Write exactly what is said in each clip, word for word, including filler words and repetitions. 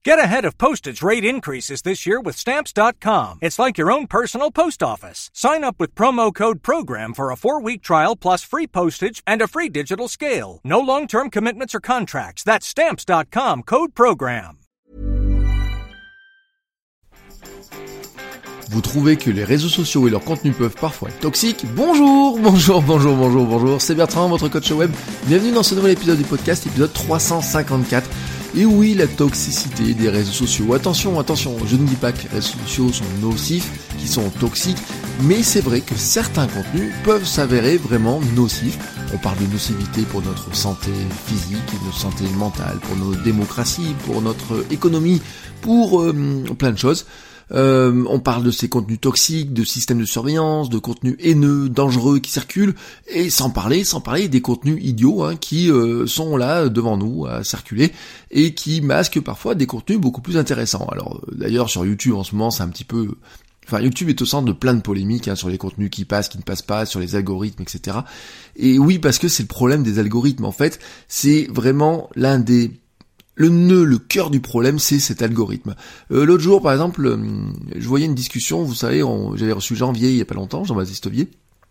Get ahead of postage rate increases this year with Stamps dot com. It's like your own personal post office. Sign up with promo code PROGRAM for a four-week trial plus free postage and a free digital scale. No long-term commitments or contracts. That's Stamps dot com, code PROGRAM. Vous trouvez que les réseaux sociaux et leurs contenus peuvent parfois être toxiques? Bonjour, bonjour, bonjour, bonjour, bonjour, c'est Bertrand, votre coach web. Bienvenue dans ce nouvel épisode du podcast, épisode trois cent cinquante-quatre. Et oui, la toxicité des réseaux sociaux. Attention, attention, je ne dis pas que les réseaux sociaux sont nocifs, qu'ils sont toxiques, mais c'est vrai que certains contenus peuvent s'avérer vraiment nocifs. On parle de nocivité pour notre santé physique, notre santé mentale, pour nos démocraties, pour notre économie, pour euh, plein de choses. Euh, on parle de ces contenus toxiques, de systèmes de surveillance, de contenus haineux, dangereux qui circulent, et sans parler, sans parler des contenus idiots hein, qui euh, sont là devant nous à circuler et qui masquent parfois des contenus beaucoup plus intéressants. Alors euh, d'ailleurs sur YouTube en ce moment c'est un petit peu... Enfin, YouTube est au centre de plein de polémiques hein, sur les contenus qui passent, qui ne passent pas, sur les algorithmes, et cetera. Et oui, parce que c'est le problème des algorithmes. En fait, c'est vraiment l'un des... Le nœud, le cœur du problème, c'est cet algorithme. Euh, l'autre jour, par exemple, euh, je voyais une discussion, vous savez, on, j'avais reçu Jean-Vier il y a pas longtemps, Jean-Baptiste Vier,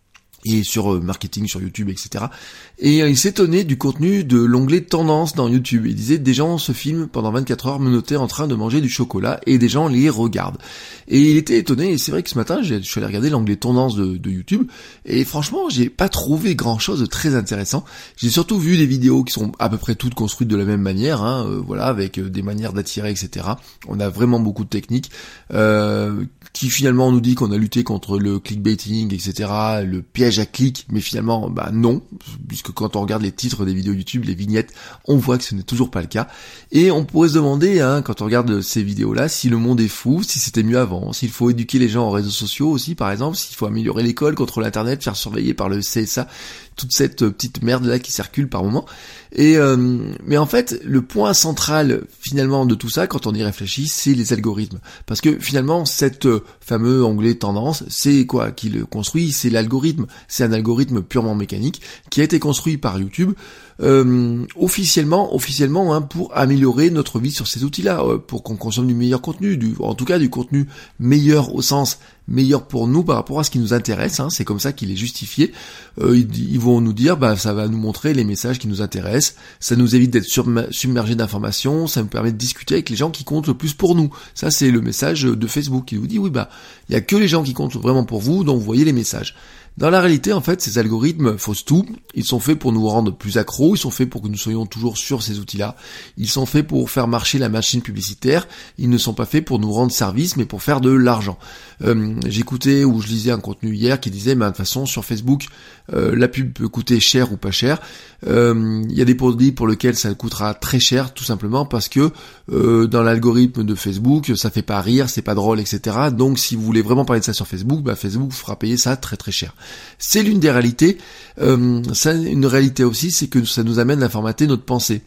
et sur euh, marketing sur YouTube, et cetera. Et euh, il s'étonnait du contenu de l'onglet tendance dans YouTube. Il disait, des gens se filment pendant vingt-quatre heures menottés en train de manger du chocolat, et des gens les regardent. Et il était étonné, et c'est vrai que ce matin, j'ai, je suis allé regarder l'onglet tendance de, de YouTube, et franchement, j'ai pas trouvé grand chose de très intéressant. J'ai surtout vu des vidéos qui sont à peu près toutes construites de la même manière, hein, euh, voilà, avec euh, des manières d'attirer, et cetera. On a vraiment beaucoup de techniques, euh, qui finalement nous dit qu'on a lutté contre le clickbaiting, et cetera, le piège à clic, mais finalement, bah non, puisque quand on regarde les titres des vidéos YouTube, les vignettes, on voit que ce n'est toujours pas le cas. Et on pourrait se demander, hein, quand on regarde ces vidéos-là, si le monde est fou, si c'était mieux avant, s'il faut éduquer les gens aux réseaux sociaux aussi, par exemple, s'il faut améliorer l'école contre l'internet, faire surveiller par le C S A, toute cette petite merde-là qui circule par moment. Et euh, mais en fait, le point central finalement de tout ça, quand on y réfléchit, c'est les algorithmes. Parce que finalement, cette euh, fameux onglet tendance, c'est quoi qui le construit? C'est l'algorithme. C'est un algorithme purement mécanique qui a été construit par YouTube euh, officiellement, officiellement hein, pour améliorer notre vie sur ces outils-là, euh, pour qu'on consomme du meilleur contenu, du, en tout cas du contenu meilleur au sens meilleur pour nous par rapport à ce qui nous intéresse, hein, c'est comme ça qu'il est justifié. Euh, ils, ils vont nous dire, bah ça va nous montrer les messages qui nous intéressent, ça nous évite d'être submergés d'informations, ça nous permet de discuter avec les gens qui comptent le plus pour nous. Ça c'est le message de Facebook qui vous dit, oui bah il y a que les gens qui comptent vraiment pour vous, donc vous voyez les messages. Dans la réalité, en fait, ces algorithmes faussent tout. Ils sont faits pour nous rendre plus accros, ils sont faits pour que nous soyons toujours sur ces outils-là. Ils sont faits pour faire marcher la machine publicitaire. Ils ne sont pas faits pour nous rendre service, mais pour faire de l'argent. Euh, j'écoutais ou je lisais un contenu hier qui disait, bah, de toute façon, sur Facebook, euh, la pub peut coûter cher ou pas cher. Euh, il y a des produits pour lesquels ça coûtera très cher, tout simplement parce que euh, dans l'algorithme de Facebook, ça fait pas rire, c'est pas drôle, et cetera. Donc, si vous voulez vraiment parler de ça sur Facebook, bah, Facebook vous fera payer ça très très cher. C'est l'une des réalités. Euh, ça, une réalité aussi, c'est que ça nous amène à formater notre pensée.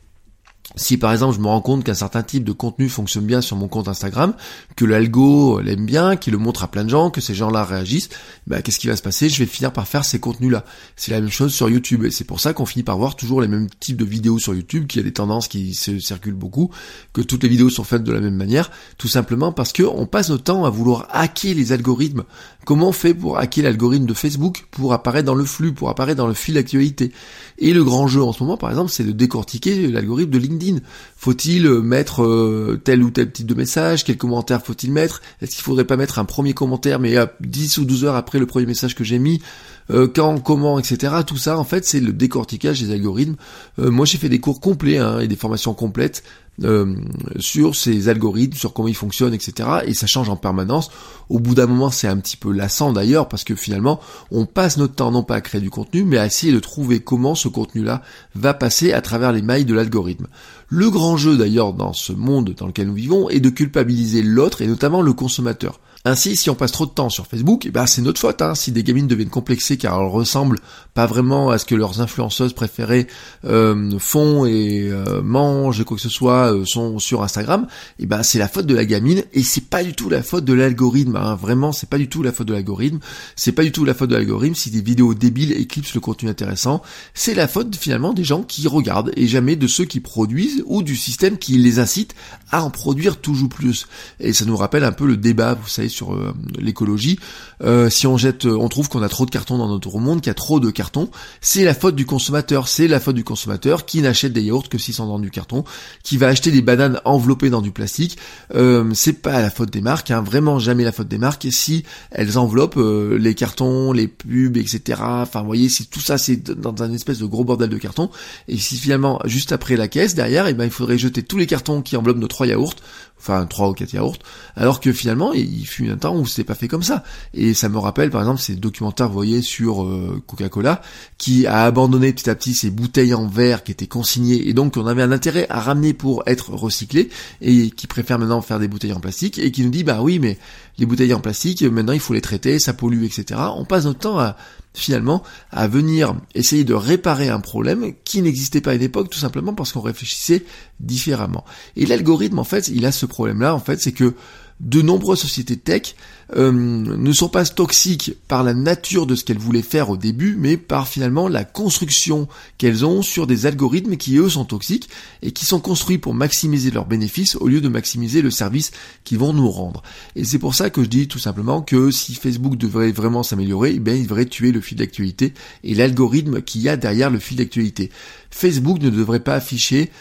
Si par exemple je me rends compte qu'un certain type de contenu fonctionne bien sur mon compte Instagram, que l'algo l'aime bien, qu'il le montre à plein de gens, que ces gens-là réagissent, bah qu'est-ce qui va se passer? Je vais finir par faire ces contenus-là. C'est la même chose sur YouTube, et c'est pour ça qu'on finit par voir toujours les mêmes types de vidéos sur YouTube, qu'il y a des tendances qui se circulent beaucoup, que toutes les vidéos sont faites de la même manière, tout simplement parce que on passe notre temps à vouloir hacker les algorithmes. Comment on fait pour hacker l'algorithme de Facebook, pour apparaître dans le flux, pour apparaître dans le fil d'actualité? Et le grand jeu en ce moment, par exemple, c'est de décortiquer l'algorithme de LinkedIn. Faut-il mettre euh, tel ou tel type de message? Quels commentaires faut-il mettre? Est-ce qu'il faudrait pas mettre un premier commentaire, mais à dix ou douze heures après le premier message que j'ai mis? Euh, quand, comment, et cetera. Tout ça, en fait, c'est le décortiquage des algorithmes. Euh, moi, j'ai fait des cours complets hein, et des formations complètes euh, sur ces algorithmes, sur comment ils fonctionnent, et cetera. Et ça change en permanence. Au bout d'un moment, c'est un petit peu lassant d'ailleurs, parce que finalement, on passe notre temps non pas à créer du contenu, mais à essayer de trouver comment ce contenu-là va passer à travers les mailles de l'algorithme. Le grand jeu d'ailleurs dans ce monde dans lequel nous vivons est de culpabiliser l'autre et notamment le consommateur. Ainsi, si on passe trop de temps sur Facebook, eh ben c'est notre faute. Hein. Si des gamines deviennent complexées car elles ressemblent pas vraiment à ce que leurs influenceuses préférées euh, font et euh, mangent et quoi que ce soit euh, sont sur Instagram, et ben c'est la faute de la gamine, et c'est pas du tout la faute de l'algorithme, hein. Vraiment c'est pas du tout la faute de l'algorithme, c'est pas du tout la faute de l'algorithme si des vidéos débiles éclipsent le contenu intéressant, c'est la faute finalement des gens qui regardent et jamais de ceux qui produisent ou du système qui les incite à en produire toujours plus. Et ça nous rappelle un peu le débat, vous savez, sur euh, l'écologie. Euh, si on jette, on trouve qu'on a trop de cartons dans notre monde, qu'il y a trop de cartons, c'est la faute du consommateur. C'est la faute du consommateur qui n'achète des yaourts que s'ils sont dans du carton, qui va acheter des bananes enveloppées dans du plastique. Euh, c'est pas la faute des marques, hein, vraiment jamais la faute des marques. Si elles enveloppent euh, les cartons, les pubs, et cetera. Enfin, vous voyez, si tout ça c'est dans un espèce de gros bordel de cartons, et si finalement juste après la caisse derrière, et ben il faudrait jeter tous les cartons qui enveloppent nos trois yaourts, enfin trois ou quatre yaourts, alors que finalement il fut un temps où c'était pas fait comme ça. Et ça me rappelle par exemple ces documentaires, vous voyez, sur euh, Coca-Cola, qui a abandonné petit à petit ces bouteilles en verre qui étaient consignées et donc on avait un intérêt à ramener pour être recyclées, et qui préfère maintenant faire des bouteilles en plastique, et qui nous dit bah oui mais les bouteilles en plastique maintenant il faut les traiter, ça pollue, et cetera. On passe notre temps à finalement à venir essayer de réparer un problème qui n'existait pas à une époque, tout simplement parce qu'on réfléchissait différemment. Et l'algorithme en fait il a ce problème-là, en fait, c'est que de nombreuses sociétés tech euh, ne sont pas toxiques par la nature de ce qu'elles voulaient faire au début, mais par finalement la construction qu'elles ont sur des algorithmes qui eux sont toxiques et qui sont construits pour maximiser leurs bénéfices au lieu de maximiser le service qu'ils vont nous rendre. Et c'est pour ça que je dis tout simplement que si Facebook devrait vraiment s'améliorer, eh bien il devrait tuer le fil d'actualité et l'algorithme qu'il y a derrière le fil d'actualité. Facebook ne devrait pas afficher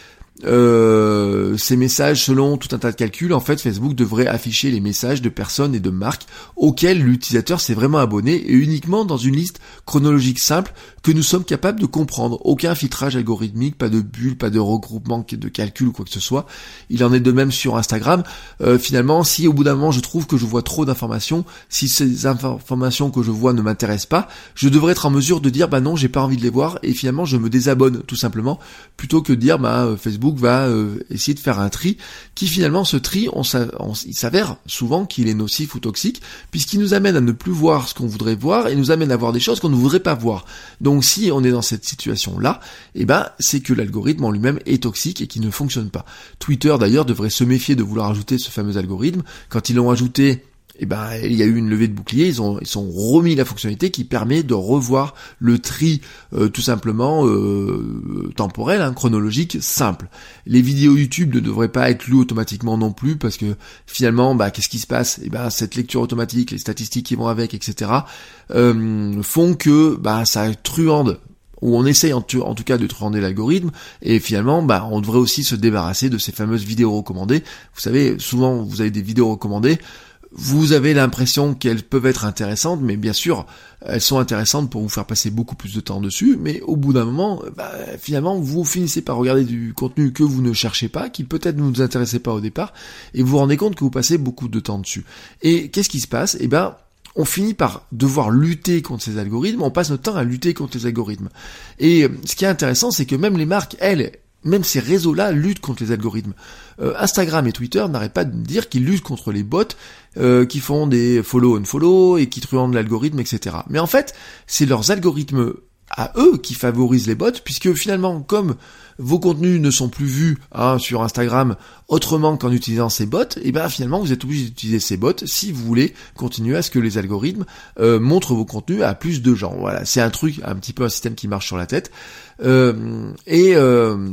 Euh, ces messages selon tout un tas de calculs. En fait, Facebook devrait afficher les messages de personnes et de marques auxquelles l'utilisateur s'est vraiment abonné, et uniquement dans une liste chronologique simple que nous sommes capables de comprendre. Aucun filtrage algorithmique, pas de bulle, pas de regroupement de calcul ou quoi que ce soit. Il en est de même sur Instagram. Euh, finalement, si au bout d'un moment je trouve que je vois trop d'informations, si ces informations que je vois ne m'intéressent pas, je devrais être en mesure de dire bah non, j'ai pas envie de les voir, et finalement je me désabonne tout simplement, plutôt que de dire bah Facebook va euh, essayer de faire un tri qui finalement, ce tri, on, on il s'avère souvent qu'il est nocif ou toxique, puisqu'il nous amène à ne plus voir ce qu'on voudrait voir et nous amène à voir des choses qu'on ne voudrait pas voir. Donc si on est dans cette situation-là, eh ben c'est que l'algorithme en lui-même est toxique et qui ne fonctionne pas. Twitter d'ailleurs devrait se méfier de vouloir ajouter ce fameux algorithme. Quand ils l'ont ajouté, eh ben, il y a eu une levée de bouclier, ils ont, ils sont remis la fonctionnalité qui permet de revoir le tri, euh, tout simplement, euh, temporel, hein, chronologique, simple. Les vidéos YouTube ne devraient pas être lues automatiquement non plus, parce que finalement, bah, qu'est-ce qui se passe? Eh ben, cette lecture automatique, les statistiques qui vont avec, et cetera, euh, font que, bah, ça truande, où on essaye en, tu, en tout cas de truander l'algorithme, et finalement, bah, on devrait aussi se débarrasser de ces fameuses vidéos recommandées. Vous savez, souvent, vous avez des vidéos recommandées, vous avez l'impression qu'elles peuvent être intéressantes, mais bien sûr, elles sont intéressantes pour vous faire passer beaucoup plus de temps dessus, mais au bout d'un moment, bah, finalement, vous finissez par regarder du contenu que vous ne cherchez pas, qui peut-être ne vous intéressait pas au départ, et vous vous rendez compte que vous passez beaucoup de temps dessus. Et qu'est-ce qui se passe? Eh ben, on finit par devoir lutter contre ces algorithmes, on passe notre temps à lutter contre les algorithmes. Et ce qui est intéressant, c'est que même les marques, elles, même ces réseaux-là luttent contre les algorithmes. Euh, Instagram et Twitter n'arrêtent pas de dire qu'ils luttent contre les bots euh, qui font des follow-unfollow et qui truandent l'algorithme, et cetera. Mais en fait, c'est leurs algorithmes à eux qui favorisent les bots, puisque finalement, comme vos contenus ne sont plus vus hein, sur Instagram autrement qu'en utilisant ces bots, et ben finalement vous êtes obligé d'utiliser ces bots si vous voulez continuer à ce que les algorithmes euh, montrent vos contenus à plus de gens. Voilà, c'est un truc, un petit peu un système qui marche sur la tête. Euh, et euh,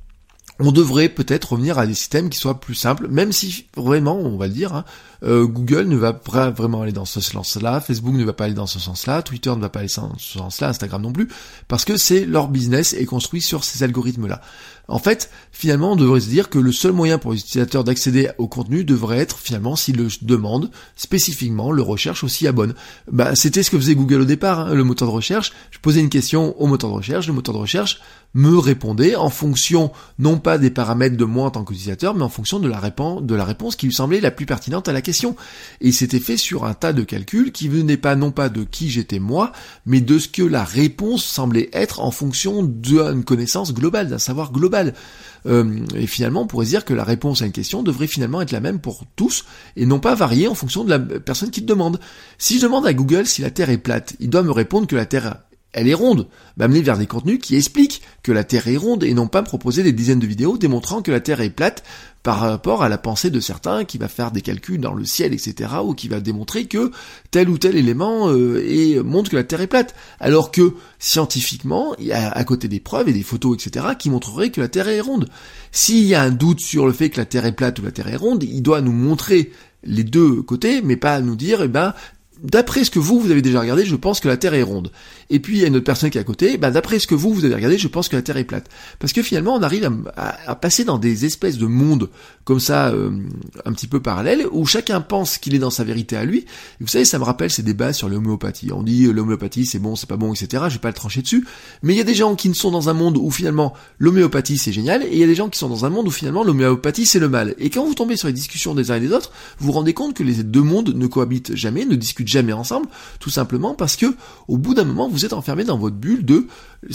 on devrait peut-être revenir à des systèmes qui soient plus simples, même si vraiment, on va le dire, hein, euh, Google ne va pas vraiment aller dans ce sens-là, Facebook ne va pas aller dans ce sens-là, Twitter ne va pas aller dans ce sens-là, Instagram non plus, parce que c'est leur business est construit sur ces algorithmes-là. En fait, finalement, on devrait se dire que le seul moyen pour les utilisateurs d'accéder au contenu devrait être, finalement, s'ils le demandent, spécifiquement, le recherche aussi abonne. Bah, c'était ce que faisait Google au départ, hein, le moteur de recherche. Je posais une question au moteur de recherche, le moteur de recherche me répondait en fonction, non pas des paramètres de moi en tant qu'utilisateur, mais en fonction de la réponse, de la réponse qui lui semblait la plus pertinente à la question. Et c'était fait sur un tas de calculs qui venaient pas, non pas de qui j'étais moi, mais de ce que la réponse semblait être en fonction d'une connaissance globale, d'un savoir global. globale. Euh, et finalement, on pourrait se dire que la réponse à une question devrait finalement être la même pour tous, et non pas varier en fonction de la personne qui te demande. Si je demande à Google si la Terre est plate, il doit me répondre que la Terre elle est ronde, m'amener vers des contenus qui expliquent que la Terre est ronde et non pas me proposer des dizaines de vidéos démontrant que la Terre est plate par rapport à la pensée de certains qui va faire des calculs dans le ciel, et cetera, ou qui va démontrer que tel ou tel élément euh, et montre que la Terre est plate. Alors que, scientifiquement, il y a à côté des preuves et des photos, et cetera, qui montreraient que la Terre est ronde. S'il y a un doute sur le fait que la Terre est plate ou la Terre est ronde, il doit nous montrer les deux côtés, mais pas nous dire, eh ben, d'après ce que vous, vous avez déjà regardé, je pense que la Terre est ronde. Et puis, il y a une autre personne qui est à côté, ben, d'après ce que vous, vous avez regardé, je pense que la Terre est plate. Parce que finalement, on arrive à, à, à passer dans des espèces de mondes, comme ça, euh, un petit peu parallèles, où chacun pense qu'il est dans sa vérité à lui. Et vous savez, ça me rappelle ces débats sur l'homéopathie. On dit, euh, l'homéopathie, c'est bon, c'est pas bon, et cetera. Je vais pas le trancher dessus. Mais il y a des gens qui sont dans un monde où finalement, l'homéopathie, c'est génial, et il y a des gens qui sont dans un monde où finalement, l'homéopathie, c'est le mal. Et quand vous tombez sur les discussions des uns et des autres, vous vous rendez compte que les deux mondes ne cohabitent jamais, ne discutent jamais ensemble, tout simplement parce que, au bout d'un moment, vous êtes enfermé dans votre bulle de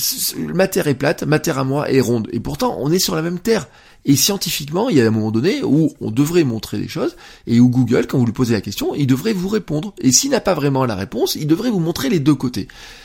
ma Terre est plate, ma Terre à moi est ronde. Et pourtant, on est sur la même Terre. Et scientifiquement, il y a un moment donné où on devrait montrer des choses, et où Google, quand vous lui posez la question, il devrait vous répondre. Et s'il n'a pas vraiment la réponse, il devrait vous montrer les deux côtés.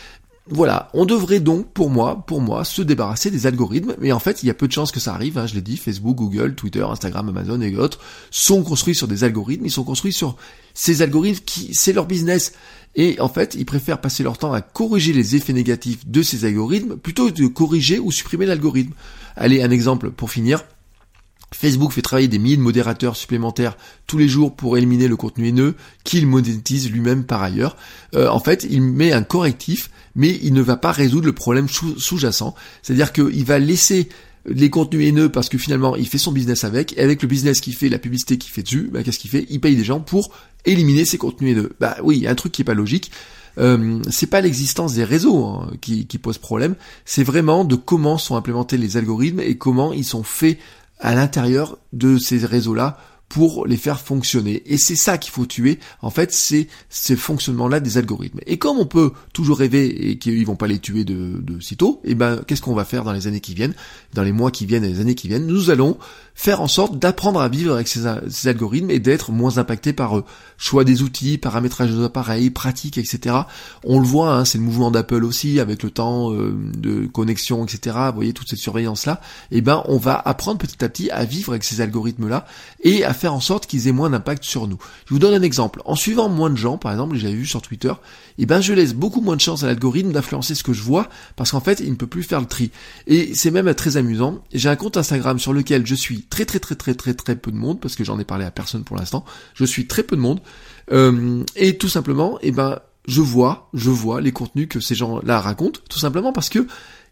Voilà, on devrait donc, pour moi, pour moi, se débarrasser des algorithmes, mais en fait, il y a peu de chances que ça arrive, hein, je l'ai dit, Facebook, Google, Twitter, Instagram, Amazon et autres sont construits sur des algorithmes, ils sont construits sur ces algorithmes qui, c'est leur business, et en fait, ils préfèrent passer leur temps à corriger les effets négatifs de ces algorithmes, plutôt que de corriger ou supprimer l'algorithme. Allez, un exemple pour finir. Facebook fait travailler des milliers de modérateurs supplémentaires tous les jours pour éliminer le contenu haineux qu'il monétise lui-même par ailleurs. Euh, en fait, il met un correctif, mais il ne va pas résoudre le problème sous-jacent. C'est-à-dire qu'il va laisser les contenus haineux parce que finalement il fait son business avec, et avec le business qu'il fait, la publicité qu'il fait dessus, bah, qu'est-ce qu'il fait? Il paye des gens pour éliminer ces contenus haineux. Bah oui, il y a un truc qui est pas logique. Euh, c'est pas l'existence des réseaux hein, qui, qui pose problème, c'est vraiment de comment sont implémentés les algorithmes et comment ils sont faits à l'intérieur de ces réseaux-là pour les faire fonctionner. Et c'est ça qu'il faut tuer, en fait, c'est ce fonctionnement-là des algorithmes. Et comme on peut toujours rêver et qu'ils vont pas les tuer de, de sitôt, et ben qu'est-ce qu'on va faire dans les années qui viennent, dans les mois qui viennent et les années qui viennent? Nous allons faire en sorte d'apprendre à vivre avec ces, ces algorithmes et d'être moins impactés par eux. Choix des outils, paramétrage des appareils, pratiques, et cetera. On le voit, hein, c'est le mouvement d'Apple aussi, avec le temps euh, de connexion, et cetera. Vous voyez, toute cette surveillance-là. Et ben, on va apprendre petit à petit à vivre avec ces algorithmes-là et à faire en sorte qu'ils aient moins d'impact sur nous. Je vous donne un exemple. En suivant moins de gens, par exemple, j'avais vu sur Twitter, et ben, je laisse beaucoup moins de chance à l'algorithme d'influencer ce que je vois, parce qu'en fait, il ne peut plus faire le tri. Et c'est même très amusant. J'ai un compte Instagram sur lequel je suis très très très très très très peu de monde, parce que j'en ai parlé à personne pour l'instant, je suis très peu de monde, euh, et tout simplement, et ben, je vois, je vois les contenus que ces gens-là racontent, tout simplement parce que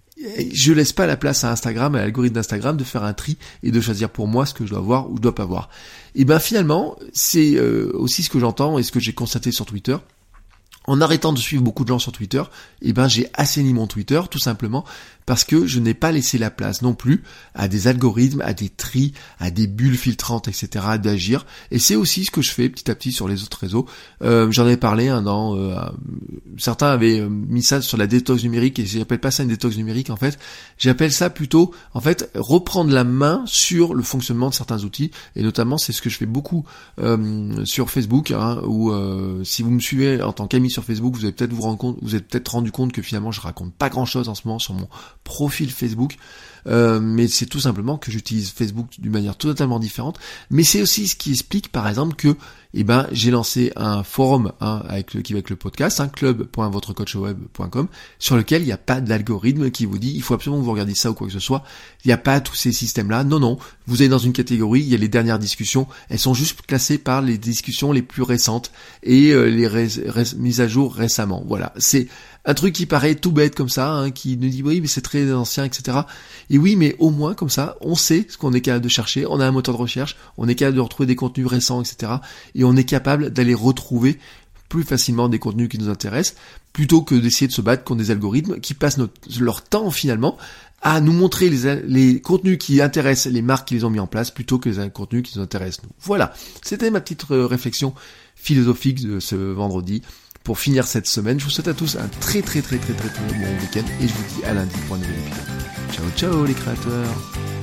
je laisse pas la place à Instagram, à l'algorithme d'Instagram de faire un tri et de choisir pour moi ce que je dois voir ou je dois pas voir. Et ben finalement, c'est euh, aussi ce que j'entends et ce que j'ai constaté sur Twitter. En arrêtant de suivre beaucoup de gens sur Twitter, eh ben j'ai assaini mon Twitter tout simplement parce que je n'ai pas laissé la place non plus à des algorithmes, à des tris, à des bulles filtrantes, et cetera d'agir. Et c'est aussi ce que je fais petit à petit sur les autres réseaux. Euh, j'en ai parlé un an. Euh, certains avaient mis ça sur la détox numérique et j'appelle pas ça une détox numérique en fait. J'appelle ça plutôt en fait reprendre la main sur le fonctionnement de certains outils et notamment c'est ce que je fais beaucoup euh, sur Facebook hein, où euh, si vous me suivez en tant qu'ami sur Facebook, vous avez peut-être vous rendre compte, vous êtes peut-être rendu compte que finalement je raconte pas grand-chose en ce moment sur mon profil Facebook, euh, mais c'est tout simplement que j'utilise Facebook d'une manière totalement différente. Mais c'est aussi ce qui explique, par exemple, que eh ben j'ai lancé un forum hein, avec le, qui va avec le podcast, hein, club point votre coach web point com, sur lequel il n'y a pas d'algorithme qui vous dit il faut absolument que vous regardiez ça ou quoi que ce soit. Il n'y a pas tous ces systèmes-là. Non, non. Vous êtes dans une catégorie, il y a les dernières discussions. Elles sont juste classées par les discussions les plus récentes et euh, les ré- ré- mises à jour récemment. Voilà. C'est un truc qui paraît tout bête comme ça, hein, qui nous dit oui mais c'est très ancien, et cetera. Et oui mais au moins comme ça, on sait ce qu'on est capable de chercher, on a un moteur de recherche, on est capable de retrouver des contenus récents, et cetera. Et on est capable d'aller retrouver plus facilement des contenus qui nous intéressent, plutôt que d'essayer de se battre contre des algorithmes qui passent notre, leur temps finalement à nous montrer les, les contenus qui intéressent les marques qui les ont mis en place, plutôt que les contenus qui nous intéressent nous. Voilà, c'était ma petite réflexion philosophique de ce vendredi. Pour finir cette semaine, je vous souhaite à tous un très très très très très très bon week-end et je vous dis à lundi pour un nouvel épisode. Ciao ciao les créateurs.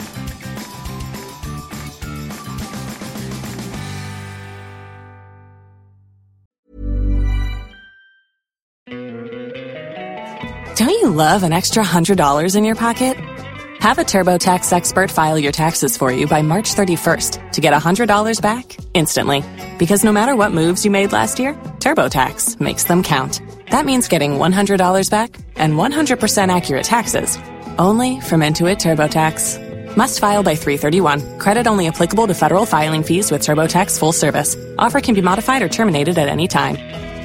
Don't you love an extra one hundred dollars in your pocket? Have a TurboTax expert file your taxes for you by March thirty-first to get one hundred dollars back instantly. Because no matter what moves you made last year, TurboTax makes them count. That means getting one hundred dollars back and one hundred percent accurate taxes. Only from Intuit TurboTax. Must file by three thirty-one. Credit only applicable to federal filing fees with TurboTax full service. Offer can be modified or terminated at any time.